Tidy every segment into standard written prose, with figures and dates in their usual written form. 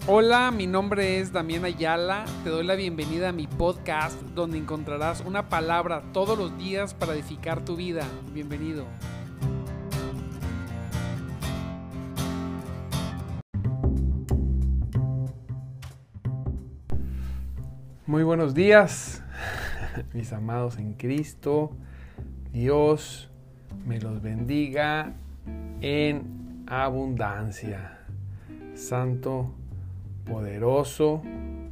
Hola, mi nombre es Damián Ayala, te doy la bienvenida a mi podcast donde encontrarás una palabra todos los días para edificar tu vida. Bienvenido. Muy buenos días, mis amados en Cristo. Dios me los bendiga en abundancia. Santo, poderosa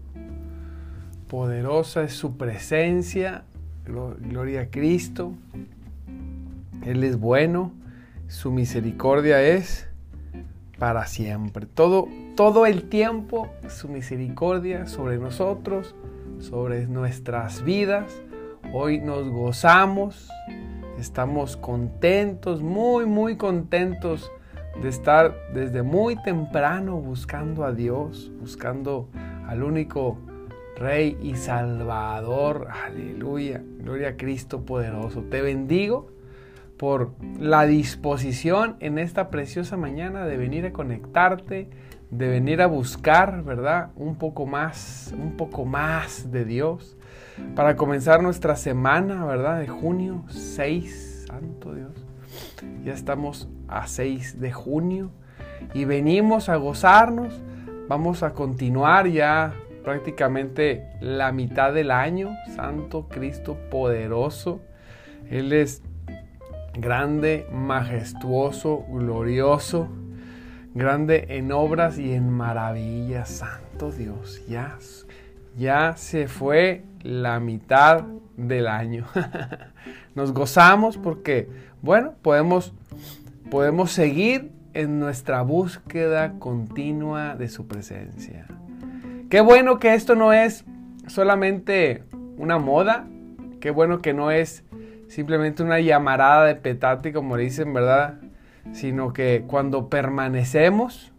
es su presencia. Gloria a Cristo. Él es bueno, su misericordia es para siempre. Todo el tiempo su misericordia sobre nosotros, sobre nuestras vidas. Hoy nos gozamos, estamos contentos, muy contentos de estar desde muy temprano buscando a Dios, buscando al único Rey y Salvador. Aleluya, gloria a Cristo poderoso. Te bendigo por la disposición en esta preciosa mañana de venir a conectarte, de venir a buscar, ¿verdad? Un poco más de Dios para comenzar nuestra semana, ¿verdad? De junio 6, santo Dios. Ya estamos a 6 de junio y venimos a gozarnos. Vamos a continuar ya prácticamente la mitad del año. Santo Cristo poderoso. Él es grande, majestuoso, glorioso, grande en obras y en maravillas. Santo Dios, ya se fue la mitad del año. Nos gozamos porque, bueno, podemos seguir en nuestra búsqueda continua de su presencia. Qué bueno que esto no es solamente una moda. Qué bueno que no es simplemente una llamarada de petate, como dicen, ¿verdad? Sino que cuando permanecemos,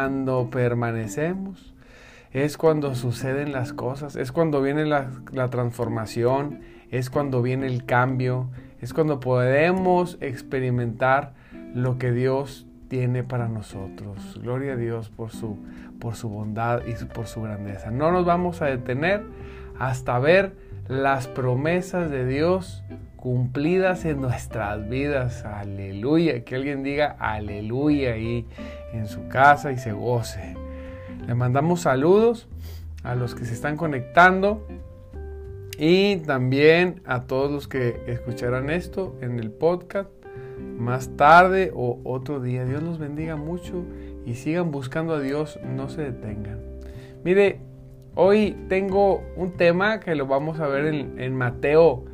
es cuando suceden las cosas, es cuando viene la transformación, es cuando viene el cambio, es cuando podemos experimentar lo que Dios tiene para nosotros. Gloria a Dios por su bondad y por su grandeza. No nos vamos a detener hasta ver las promesas de Dios cumplidas en nuestras vidas. Aleluya. Que alguien diga aleluya ahí en su casa y se goce. Le mandamos saludos a los que se están conectando y también a todos los que escucharán esto en el podcast más tarde o otro día. Dios los bendiga mucho y sigan buscando a Dios, no se detengan. Mire, hoy tengo un tema que lo vamos a ver en Mateo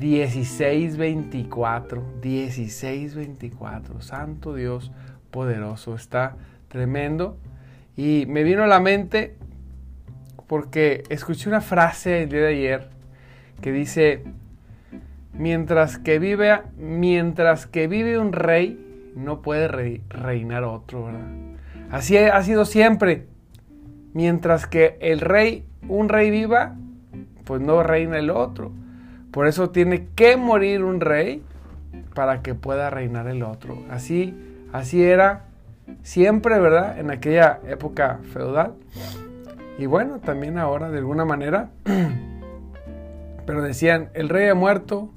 16:24. 16:24. Santo Dios poderoso, está tremendo. Y me vino a la mente porque escuché una frase el día de ayer que dice: mientras que vive un rey, no puede reinar otro, ¿verdad? Así ha sido siempre. Mientras que un rey viva, pues no reina el otro. Por eso tiene que morir un rey para que pueda reinar el otro. Así era siempre, ¿verdad? En aquella época feudal. Y bueno, también ahora de alguna manera. Pero decían, el rey ha muerto,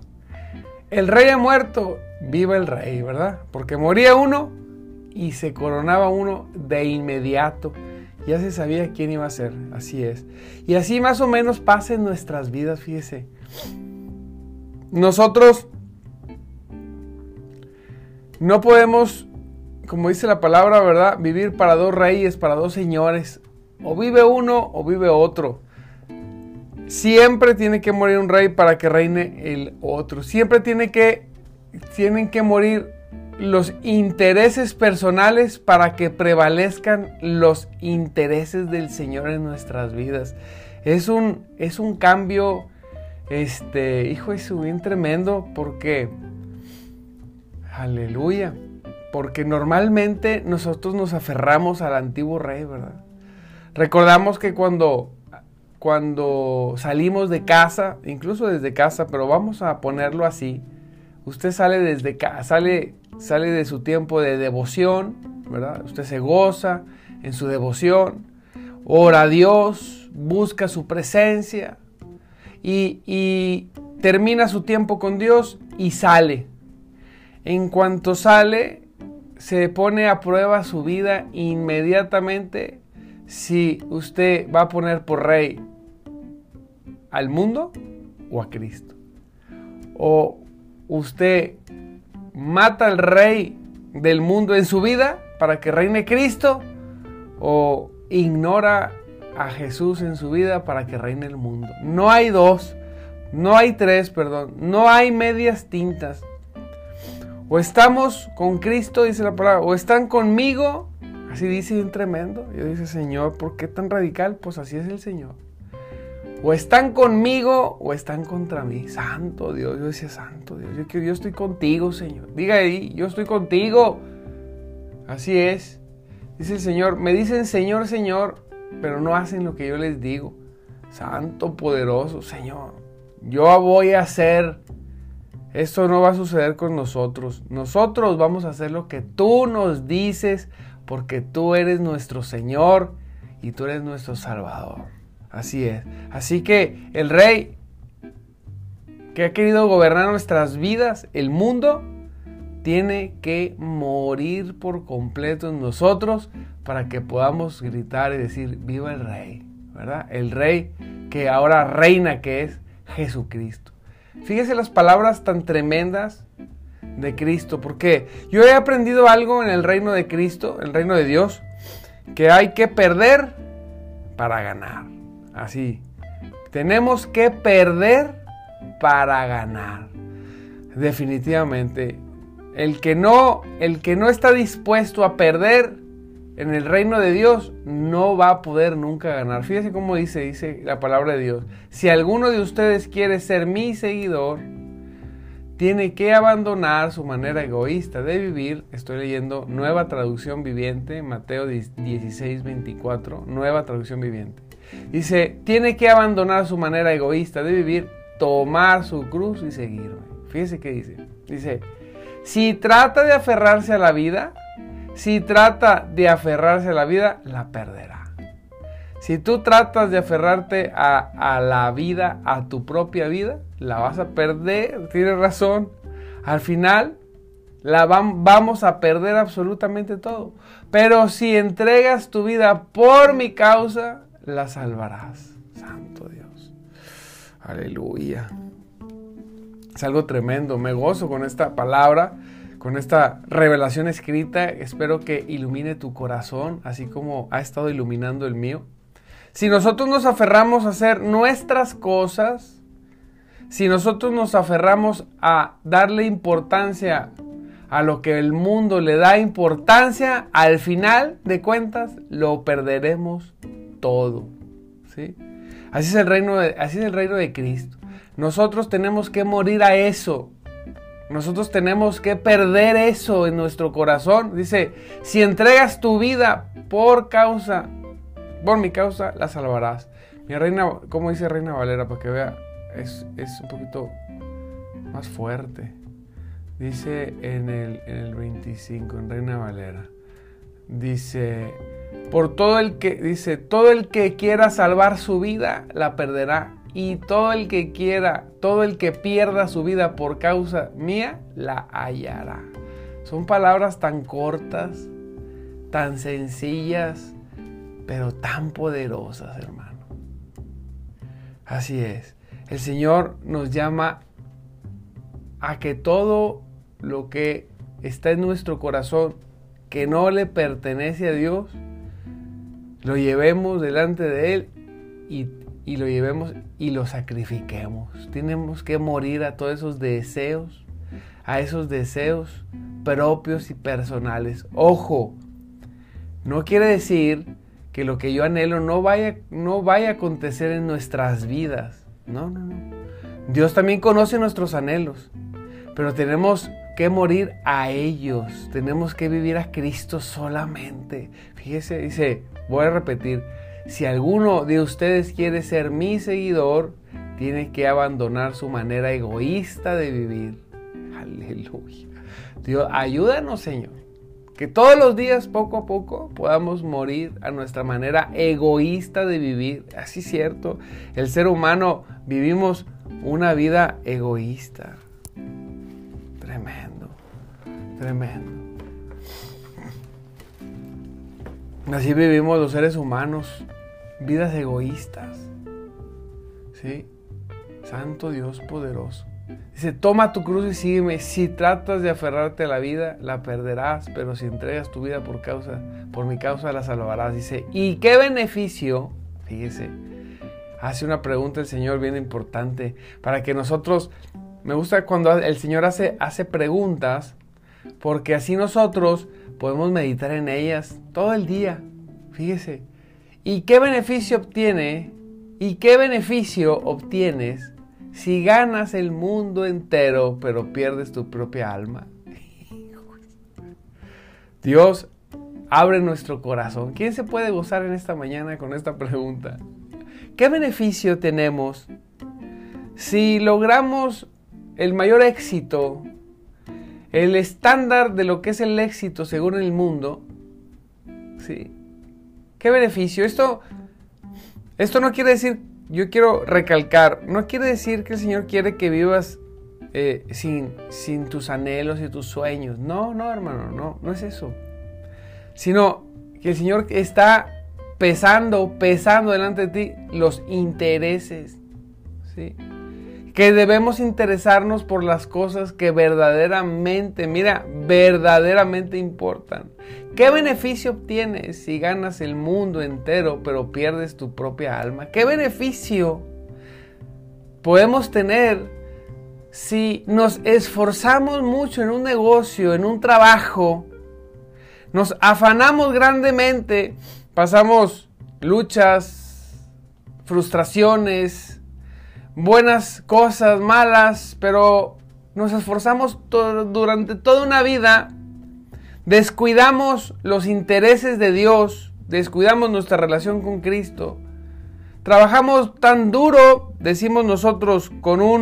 viva el rey, ¿verdad? Porque moría uno y se coronaba uno de inmediato. Ya se sabía quién iba a ser, así es. Y así más o menos pasa en nuestras vidas, fíjese. Nosotros no podemos, como dice la palabra, ¿verdad?, vivir para dos reyes, para dos señores. O vive uno o vive otro. Siempre tiene que morir un rey para que reine el otro. Siempre tienen que morir los intereses personales para que prevalezcan los intereses del Señor en nuestras vidas. Es un cambio, hijo de su bien tremendo, porque, aleluya, porque normalmente nosotros nos aferramos al antiguo rey, ¿verdad? Recordamos que cuando salimos de casa, incluso desde casa, pero vamos a ponerlo así, usted sale de su tiempo de devoción, ¿verdad? Usted se goza en su devoción, ora a Dios, busca su presencia y termina su tiempo con Dios y sale. En cuanto sale, se pone a prueba su vida inmediatamente si usted va a poner por rey al mundo o a Cristo. O usted mata al rey del mundo en su vida para que reine Cristo, o ignora a Jesús en su vida para que reine el mundo. No hay dos, no hay tres, perdón, no hay medias tintas. O estamos con Cristo, dice la palabra, o están conmigo, así dice bien tremendo. Yo dice, Señor, ¿por qué tan radical? Pues así es el Señor. O están conmigo o están contra mí. Santo Dios, yo decía, Santo Dios, yo estoy contigo, Señor. Diga ahí, yo estoy contigo. Así es. Dice el Señor, me dicen Señor, Señor, pero no hacen lo que yo les digo. Santo, poderoso, Señor, yo voy a hacer. Esto no va a suceder con nosotros. Nosotros vamos a hacer lo que tú nos dices, porque tú eres nuestro Señor y tú eres nuestro Salvador. Así es. Así que el Rey que ha querido gobernar nuestras vidas, el mundo, tiene que morir por completo en nosotros para que podamos gritar y decir, viva el Rey, ¿verdad? El Rey que ahora reina, que es Jesucristo. Fíjese las palabras tan tremendas de Cristo, porque yo he aprendido algo en el reino de Cristo, el reino de Dios, que hay que perder para ganar. Así, tenemos que perder para ganar. Definitivamente, el que no está dispuesto a perder en el reino de Dios no va a poder nunca ganar. Fíjese cómo dice la palabra de Dios. Si alguno de ustedes quiere ser mi seguidor, tiene que abandonar su manera egoísta de vivir. Estoy leyendo Nueva Traducción Viviente, Mateo 16:24, Nueva Traducción Viviente. Dice, tiene que abandonar su manera egoísta de vivir, tomar su cruz y seguirme. Fíjese qué dice. Dice, si trata de aferrarse a la vida, la perderá. Si tú tratas de aferrarte a la vida, a tu propia vida, la vas a perder. Tienes razón. Al final, vamos a perder absolutamente todo. Pero si entregas tu vida por mi causa, la salvarás. Santo Dios. Aleluya. Es algo tremendo. Me gozo con esta palabra, con esta revelación escrita. Espero que ilumine tu corazón, así como ha estado iluminando el mío. Si nosotros nos aferramos a hacer nuestras cosas, si nosotros nos aferramos a darle importancia a lo que el mundo le da importancia, al final de cuentas lo perderemos todo, ¿sí? Así es el reino de Cristo. Nosotros tenemos que morir a eso. Nosotros tenemos que perder eso en nuestro corazón. Dice, si entregas tu vida por mi causa, la salvarás. Mi reina, ¿cómo dice Reina Valera? Para que vea, es un poquito más fuerte. Dice en el 25, en Reina Valera. Dice, todo el que quiera salvar su vida, la perderá. Y todo el que pierda su vida por causa mía, la hallará. Son palabras tan cortas, tan sencillas, pero tan poderosas, hermano. Así es. El Señor nos llama a que todo lo que está en nuestro corazón, que no le pertenece a Dios, lo llevemos delante de Él y lo llevemos y lo sacrifiquemos. Tenemos que morir a todos esos deseos, propios y personales. Ojo, no quiere decir que lo que yo anhelo no vaya a acontecer en nuestras vidas. No. Dios también conoce nuestros anhelos, pero tenemos que morir a ellos. Tenemos que vivir a Cristo solamente. Fíjese, dice, voy a repetir, si alguno de ustedes quiere ser mi seguidor, tiene que abandonar su manera egoísta de vivir. Aleluya. Dios, ayúdanos, Señor. Que todos los días, poco a poco, podamos morir a nuestra manera egoísta de vivir. Así es cierto, el ser humano vivimos una vida egoísta. Tremendo, tremendo. Así vivimos los seres humanos, vidas egoístas. ¿Sí? Santo Dios poderoso. Dice, toma tu cruz y sígueme. Si tratas de aferrarte a la vida, la perderás, pero si entregas tu vida por mi causa, la salvarás. Dice, ¿y qué beneficio? Fíjese, hace una pregunta el Señor bien importante para que nosotros, me gusta cuando el Señor hace preguntas, porque así nosotros podemos meditar en ellas todo el día. Fíjese, ¿y qué beneficio obtiene? ¿Y qué beneficio obtienes si ganas el mundo entero, pero pierdes tu propia alma? Dios, abre nuestro corazón. ¿Quién se puede gozar en esta mañana con esta pregunta? ¿Qué beneficio tenemos si logramos el mayor éxito, el estándar de lo que es el éxito según el mundo? ¿Sí? ¿Qué beneficio? Esto no quiere decir, yo quiero recalcar, no quiere decir que el Señor quiere que vivas sin tus anhelos y tus sueños. No, hermano, no es eso. Sino que el Señor está pesando delante de ti los intereses. ¿Sí? Que debemos interesarnos por las cosas que verdaderamente importan. ¿Qué beneficio obtienes si ganas el mundo entero pero pierdes tu propia alma? ¿Qué beneficio podemos tener si nos esforzamos mucho en un negocio, en un trabajo, nos afanamos grandemente, pasamos luchas, frustraciones, buenas cosas, malas, pero nos esforzamos durante toda una vida, descuidamos los intereses de Dios, descuidamos nuestra relación con Cristo, trabajamos tan duro, decimos nosotros,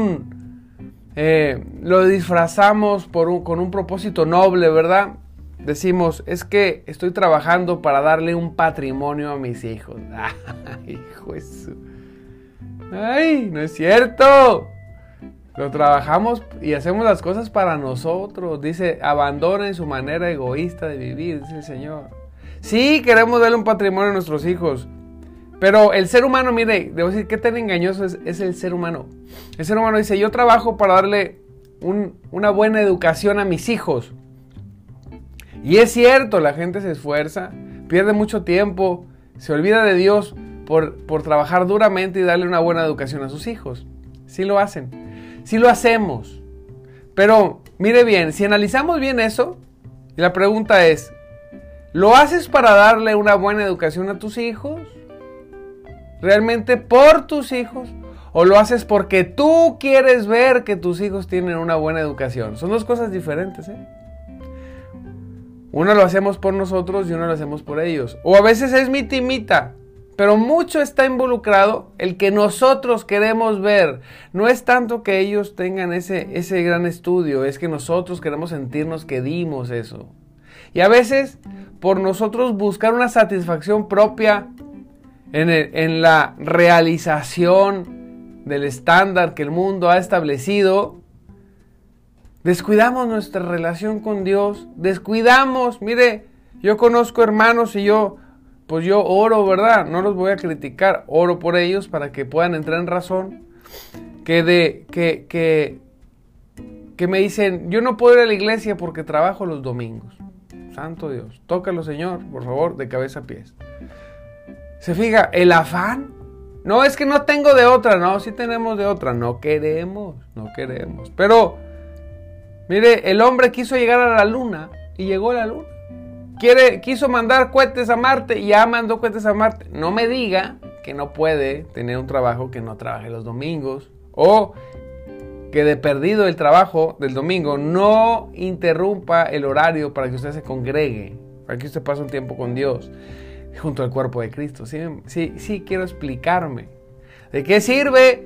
lo disfrazamos con un propósito noble, ¿verdad? Decimos, es que estoy trabajando para darle un patrimonio a mis hijos. ¡Ay, hijo de su! ¡Ay, no es cierto! Lo trabajamos y hacemos las cosas para nosotros. Dice, abandonen su manera egoísta de vivir, dice el Señor. Sí, queremos darle un patrimonio a nuestros hijos. Pero el ser humano, mire, debo decir, qué tan engañoso es el ser humano. El ser humano dice, yo trabajo para darle una buena educación a mis hijos. Y es cierto, la gente se esfuerza, pierde mucho tiempo, se olvida de Dios por trabajar duramente y darle una buena educación a sus hijos. Sí lo hacen, sí lo hacemos. Pero mire bien, si analizamos bien eso, y la pregunta es, ¿lo haces para darle una buena educación a tus hijos? ¿Realmente por tus hijos? ¿O lo haces porque tú quieres ver que tus hijos tienen una buena educación? Son dos cosas diferentes, ¿eh? Uno lo hacemos por nosotros y uno lo hacemos por ellos. O a veces es mita, pero mucho está involucrado el que nosotros queremos ver. No es tanto que ellos tengan ese gran estudio, es que nosotros queremos sentirnos que dimos eso. Y a veces, por nosotros buscar una satisfacción propia en la realización del estándar que el mundo ha establecido, descuidamos nuestra relación con Dios, descuidamos, mire, yo conozco hermanos y yo oro, ¿verdad? No los voy a criticar, oro por ellos para que puedan entrar en razón, que me dicen, yo no puedo ir a la iglesia porque trabajo los domingos. Santo Dios, tócalo, Señor, por favor, de cabeza a pies. ¿Se fija? El afán. No, es que no tengo de otra, no, sí tenemos de otra, no queremos. Pero, mire, el hombre quiso llegar a la luna y llegó a la luna. Quiso mandar cohetes a Marte y ya mandó cohetes a Marte. No me diga que no puede tener un trabajo que no trabaje los domingos. O que de perdido el trabajo del domingo no interrumpa el horario para que usted se congregue. Para que usted pase un tiempo con Dios junto al cuerpo de Cristo. Sí, quiero explicarme. ¿De qué sirve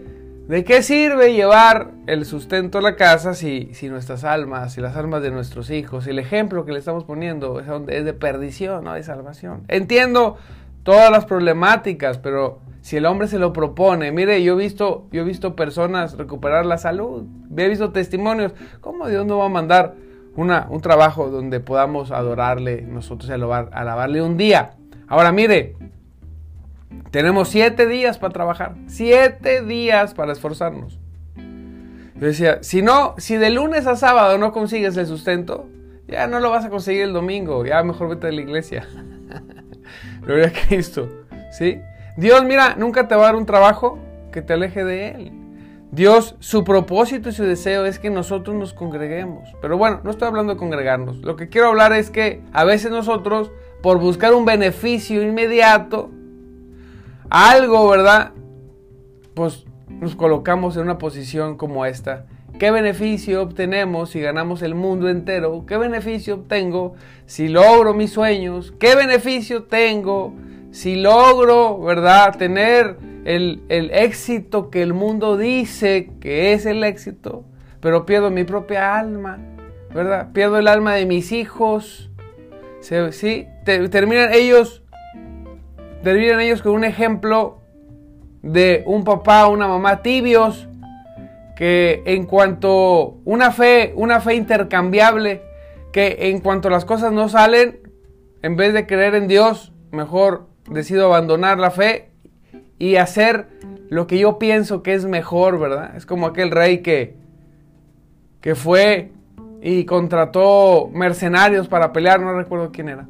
¿De qué sirve llevar el sustento a la casa si nuestras almas, si las almas de nuestros hijos, si el ejemplo que le estamos poniendo es de perdición, no de salvación? Entiendo todas las problemáticas, pero si el hombre se lo propone, mire, yo he visto personas recuperar la salud, he visto testimonios. ¿Cómo Dios no va a mandar un trabajo donde podamos adorarle nosotros y alabarle un día? Ahora mire, tenemos 7 días para trabajar, 7 días para esforzarnos. Yo decía, si de lunes a sábado no consigues el sustento, ya no lo vas a conseguir el domingo, ya mejor vete de la iglesia. Gloria a Cristo, ¿sí? Dios, mira, nunca te va a dar un trabajo que te aleje de Él. Dios, su propósito y su deseo es que nosotros nos congreguemos. Pero bueno, no estoy hablando de congregarnos. Lo que quiero hablar es que a veces nosotros, por buscar un beneficio inmediato, algo, ¿verdad? Pues nos colocamos en una posición como esta. ¿Qué beneficio obtenemos si ganamos el mundo entero? ¿Qué beneficio obtengo si logro mis sueños? ¿Qué beneficio tengo si logro, ¿verdad?, tener el éxito que el mundo dice que es el éxito? Pero pierdo mi propia alma, ¿verdad? Pierdo el alma de mis hijos. ¿Sí? Terminan ellos con un ejemplo de un papá o una mamá tibios, que en cuanto una fe intercambiable, que en cuanto las cosas no salen, en vez de creer en Dios, mejor decido abandonar la fe y hacer lo que yo pienso que es mejor, ¿verdad? Es como aquel rey que fue y contrató mercenarios para pelear, no recuerdo quién era.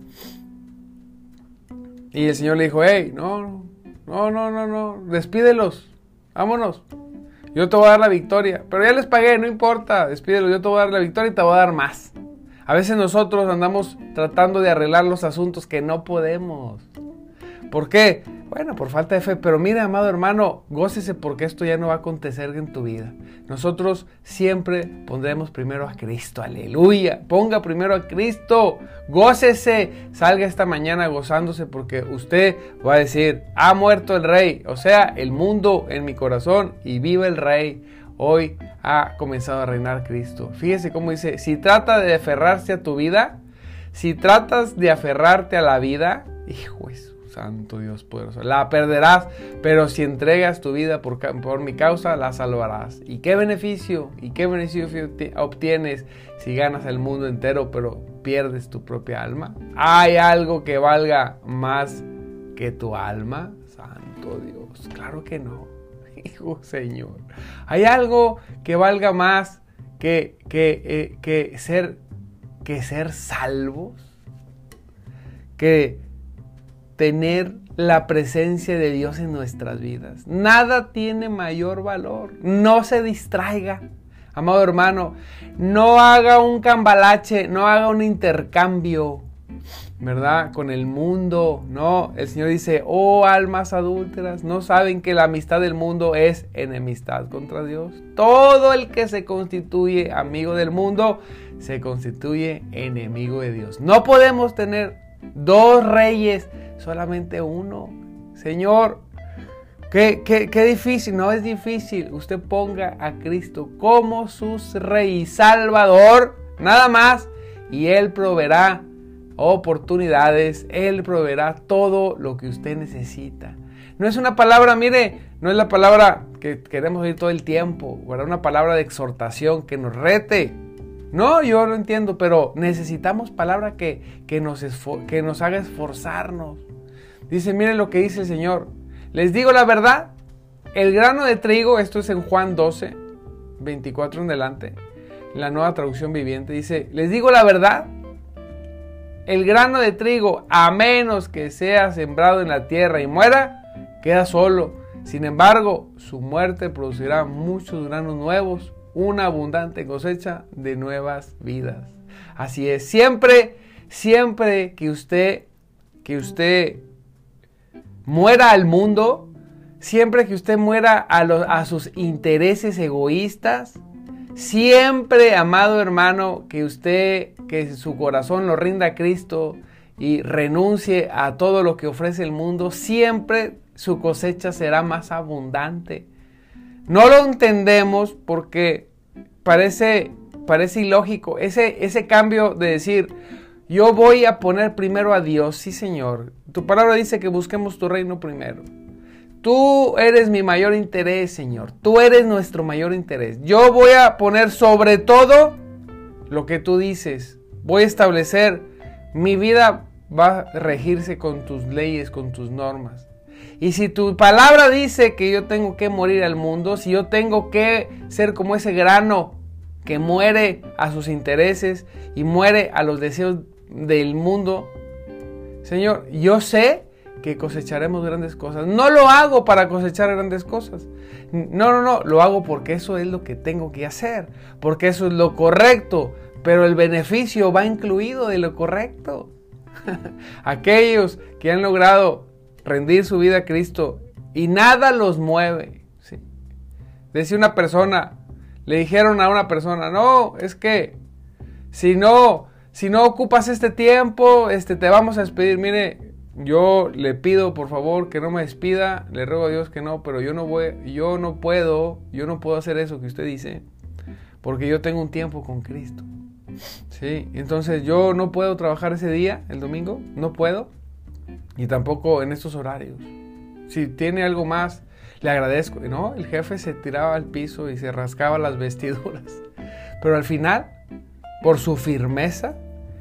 Y el Señor le dijo, hey, no, despídelos, vámonos. Yo te voy a dar la victoria, pero ya les pagué, no importa, despídelos, yo te voy a dar la victoria y te voy a dar más. A veces nosotros andamos tratando de arreglar los asuntos que no podemos. ¿Por qué? Bueno, por falta de fe. Pero mire, amado hermano, gócese porque esto ya no va a acontecer en tu vida. Nosotros siempre pondremos primero a Cristo. Aleluya. Ponga primero a Cristo. Gócese. Salga esta mañana gozándose porque usted va a decir, ha muerto el Rey. O sea, el mundo en mi corazón y viva el Rey. Hoy ha comenzado a reinar Cristo. Fíjese cómo dice, si trata de aferrarse a tu vida, si tratas de aferrarte a la vida, hijo eso. Santo Dios poderoso, la perderás, pero si entregas tu vida por mi causa, la salvarás. ¿Y qué beneficio obtienes si ganas el mundo entero, pero pierdes tu propia alma? ¿Hay algo que valga más que tu alma? Santo Dios, claro que no, hijo Señor. ¿Hay algo que valga más que ser salvos? Que tener la presencia de Dios en nuestras vidas. Nada tiene mayor valor. No se distraiga, amado hermano. No haga un cambalache, no haga un intercambio, ¿verdad?, con el mundo. No, el Señor dice, oh almas adúlteras, ¿no saben que la amistad del mundo es enemistad contra Dios? Todo el que se constituye amigo del mundo se constituye enemigo de Dios. No podemos tener 2 reyes, solamente uno. Señor, qué difícil. No es difícil. Usted ponga a Cristo como su Rey y Salvador, nada más, y Él proveerá oportunidades, Él proveerá todo lo que usted necesita. No es una palabra, mire, no es la palabra que queremos oír todo el tiempo, ¿verdad? Una palabra de exhortación que nos rete. No, yo lo entiendo, pero necesitamos palabra que nos haga esforzarnos. Dice, miren lo que dice el Señor. Les digo la verdad, el grano de trigo, esto es en Juan 12, 24 en adelante, la Nueva Traducción Viviente, dice, les digo la verdad, el grano de trigo, a menos que sea sembrado en la tierra y muera, queda solo. Sin embargo, su muerte producirá muchos granos nuevos, una abundante cosecha de nuevas vidas. Así es, siempre que usted muera al mundo, siempre que usted muera a sus intereses egoístas, siempre, amado hermano, que su corazón lo rinda a Cristo y renuncie a todo lo que ofrece el mundo, siempre su cosecha será más abundante. No lo entendemos porque parece ilógico ese cambio de decir, yo voy a poner primero a Dios. Sí, Señor, tu palabra dice que busquemos tu reino primero. Tú eres mi mayor interés, Señor. Tú eres nuestro mayor interés. Yo voy a poner sobre todo lo que tú dices. Voy a establecer, mi vida va a regirse con tus leyes, con tus normas. Y si tu palabra dice que yo tengo que morir al mundo, si yo tengo que ser como ese grano que muere a sus intereses y muere a los deseos del mundo, Señor, yo sé que cosecharemos grandes cosas. No lo hago para cosechar grandes cosas. No, lo hago porque eso es lo que tengo que hacer, porque eso es lo correcto, pero el beneficio va incluido de lo correcto. Aquellos que han logrado rendir su vida a Cristo y nada los mueve, ¿sí? Decía una persona, le dijeron a una persona, no, es que si no ocupas este tiempo, te vamos a despedir. Mire, yo le pido por favor que no me despida, le ruego a Dios que no, pero yo no puedo hacer eso que usted dice, porque yo tengo un tiempo con Cristo. Sí, entonces yo no puedo trabajar ese día, el domingo, no puedo, y tampoco en estos horarios. Si tiene algo más, le agradezco. No, el jefe se tiraba al piso y se rascaba las vestiduras. Pero al final, por su firmeza,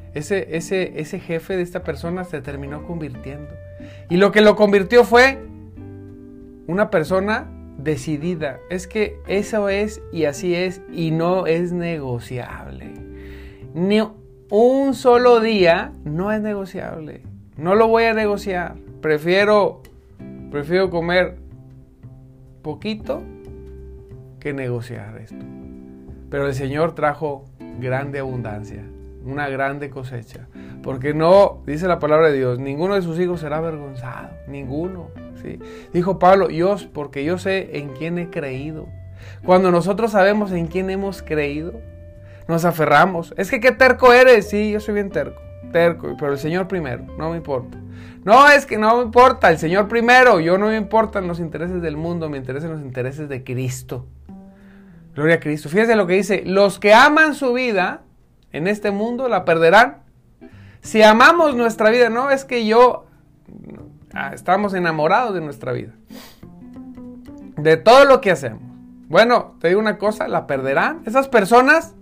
ese jefe de esta persona se terminó convirtiendo. Y lo que lo convirtió fue una persona decidida. Es que eso es y así es y no es negociable. Ni un solo día no es negociable. No lo voy a negociar. Prefiero comer poquito que negociar esto. Pero el Señor trajo grande abundancia, una grande cosecha. Porque no, dice la palabra de Dios, ninguno de sus hijos será avergonzado. Ninguno. ¿Sí? Dijo Pablo, porque yo sé en quién he creído. Cuando nosotros sabemos en quién hemos creído, nos aferramos. Es que qué terco eres. Sí, yo soy bien terco, pero el Señor primero, no me importa. No, es que no me importa, el Señor primero. Yo no me importan los intereses del mundo, me interesan los intereses de Cristo. Gloria a Cristo. Fíjense lo que dice, los que aman su vida en este mundo la perderán. Si amamos nuestra vida, no es que estamos enamorados de nuestra vida, de todo lo que hacemos. Bueno, te digo una cosa, la perderán. Esas personas,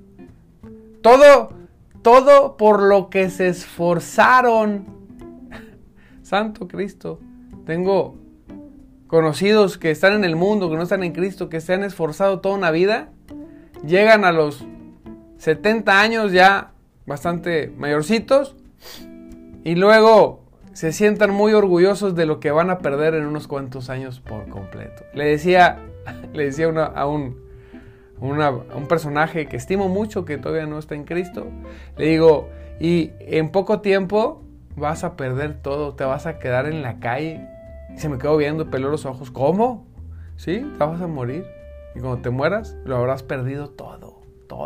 todo por lo que se esforzaron. Santo Cristo. Tengo conocidos que están en el mundo, que no están en Cristo, que se han esforzado toda una vida, llegan a los 70 años ya bastante mayorcitos y luego se sientan muy orgullosos de lo que van a perder en unos cuantos años por completo. Le decía a un personaje que estimo mucho, que todavía no está en Cristo, le digo, y en poco tiempo vas a perder todo, te vas a quedar en la calle. Y se me quedó viendo, peló los ojos. ¿Cómo? Sí, te vas a morir. Y cuando te mueras, lo habrás perdido todo.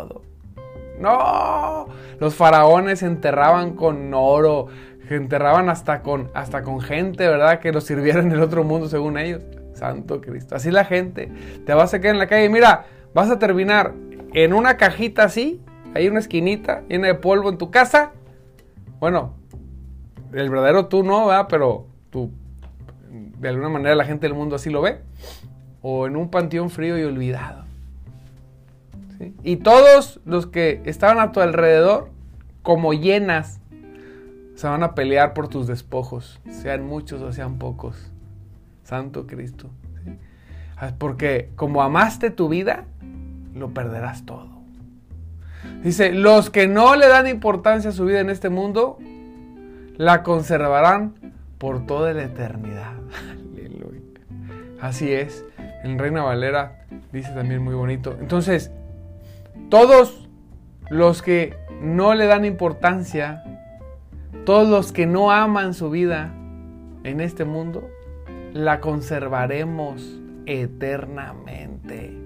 ¡No! Los faraones se enterraban con oro, se enterraban hasta con gente, ¿verdad? Que los sirviera en el otro mundo según ellos. Santo Cristo. Así la gente. Te vas a quedar en la calle. Mira, vas a terminar en una cajita así, ahí una esquinita llena de polvo en tu casa. Bueno, el verdadero tú no, ¿verdad? Pero tú, de alguna manera la gente del mundo así lo ve. O en un panteón frío y olvidado. ¿Sí? Y todos los que estaban a tu alrededor, como hienas, se van a pelear por tus despojos, sean muchos o sean pocos. Santo Cristo. ¿Sí? Porque como amaste tu vida, lo perderás todo. Dice, los que no le dan importancia a su vida en este mundo, la conservarán por toda la eternidad. Aleluya. Así es. En Reina Valera dice también muy bonito. Entonces, todos los que no le dan importancia, todos los que no aman su vida en este mundo, la conservaremos eternamente.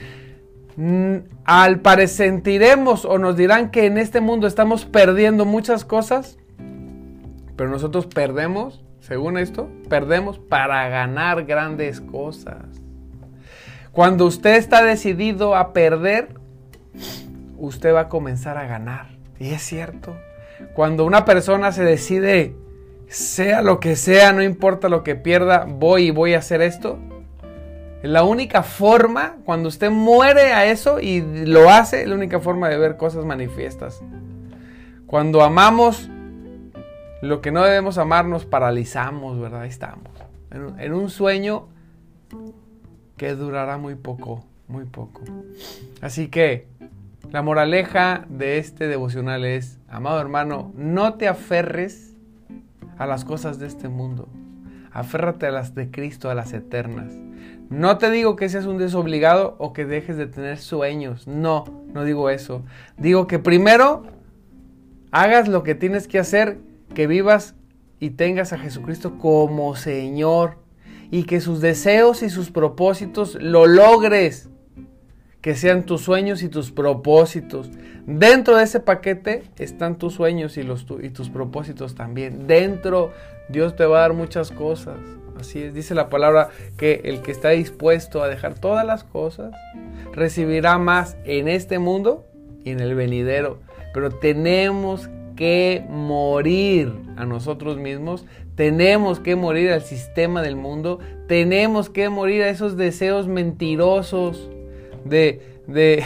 Al parecer sentiremos o nos dirán que en este mundo estamos perdiendo muchas cosas, pero nosotros perdemos, según esto, perdemos para ganar grandes cosas. Cuando usted está decidido a perder, usted va a comenzar a ganar. Y es cierto. Cuando una persona se decide, sea lo que sea, no importa lo que pierda, voy a hacer esto. La única forma, cuando usted muere a eso y lo hace, es la única forma de ver cosas manifiestas. Cuando amamos lo que no debemos amar, nos paralizamos, ¿verdad? Ahí estamos. En un sueño que durará muy poco, muy poco. Así que la moraleja de este devocional es, amado hermano, no te aferres a las cosas de este mundo. Aférrate a las de Cristo, a las eternas. No te digo que seas un desobligado o que dejes de tener sueños. No digo eso. Digo que primero hagas lo que tienes que hacer, que vivas y tengas a Jesucristo como Señor y que sus deseos y sus propósitos lo logres. Que sean tus sueños y tus propósitos. Dentro de ese paquete están tus sueños y tus propósitos también. Dentro Dios te va a dar muchas cosas. Así es, dice la palabra que el que está dispuesto a dejar todas las cosas recibirá más en este mundo y en el venidero. Pero tenemos que morir a nosotros mismos, tenemos que morir al sistema del mundo, tenemos que morir a esos deseos mentirosos de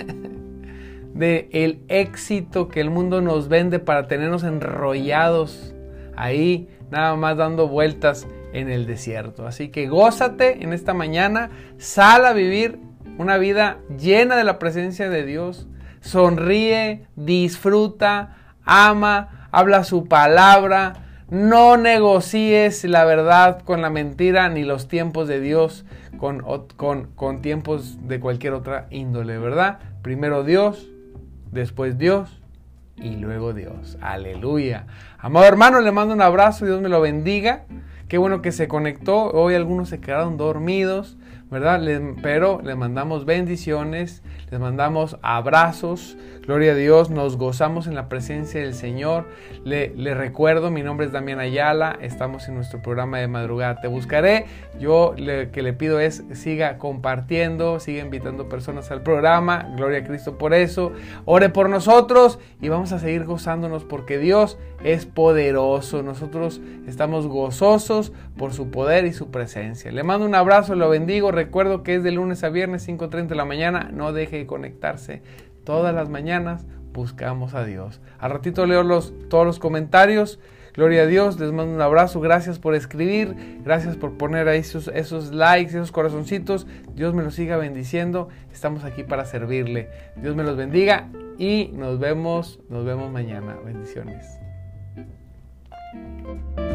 el éxito que el mundo nos vende para tenernos enrollados ahí, nada más dando vueltas en el desierto. Así que gózate en esta mañana, sal a vivir una vida llena de la presencia de Dios, sonríe, disfruta, ama, habla su palabra, no negocies la verdad con la mentira ni los tiempos de Dios con tiempos de cualquier otra índole, ¿verdad? Primero Dios, después Dios y luego Dios. Aleluya. Amado hermano, le mando un abrazo, Dios me lo bendiga. Qué bueno que se conectó. Hoy algunos se quedaron dormidos, ¿verdad? Pero les mandamos bendiciones, les mandamos abrazos. Gloria a Dios, nos gozamos en la presencia del Señor. Le recuerdo, mi nombre es Damián Ayala, estamos en nuestro programa de madrugada Te Buscaré. Yo que le pido es, siga compartiendo, siga invitando personas al programa. Gloria a Cristo por eso. Ore por nosotros y vamos a seguir gozándonos porque Dios es poderoso. Nosotros estamos gozosos por su poder y su presencia. Le mando un abrazo, lo bendigo. Recuerdo que es de lunes a viernes, 5:30 de la mañana. No deje de conectarse. Todas las mañanas buscamos a Dios. Al ratito leo todos los comentarios. Gloria a Dios, les mando un abrazo. Gracias por escribir, gracias por poner ahí esos likes, esos corazoncitos. Dios me los siga bendiciendo. Estamos aquí para servirle. Dios me los bendiga y nos vemos mañana. Bendiciones.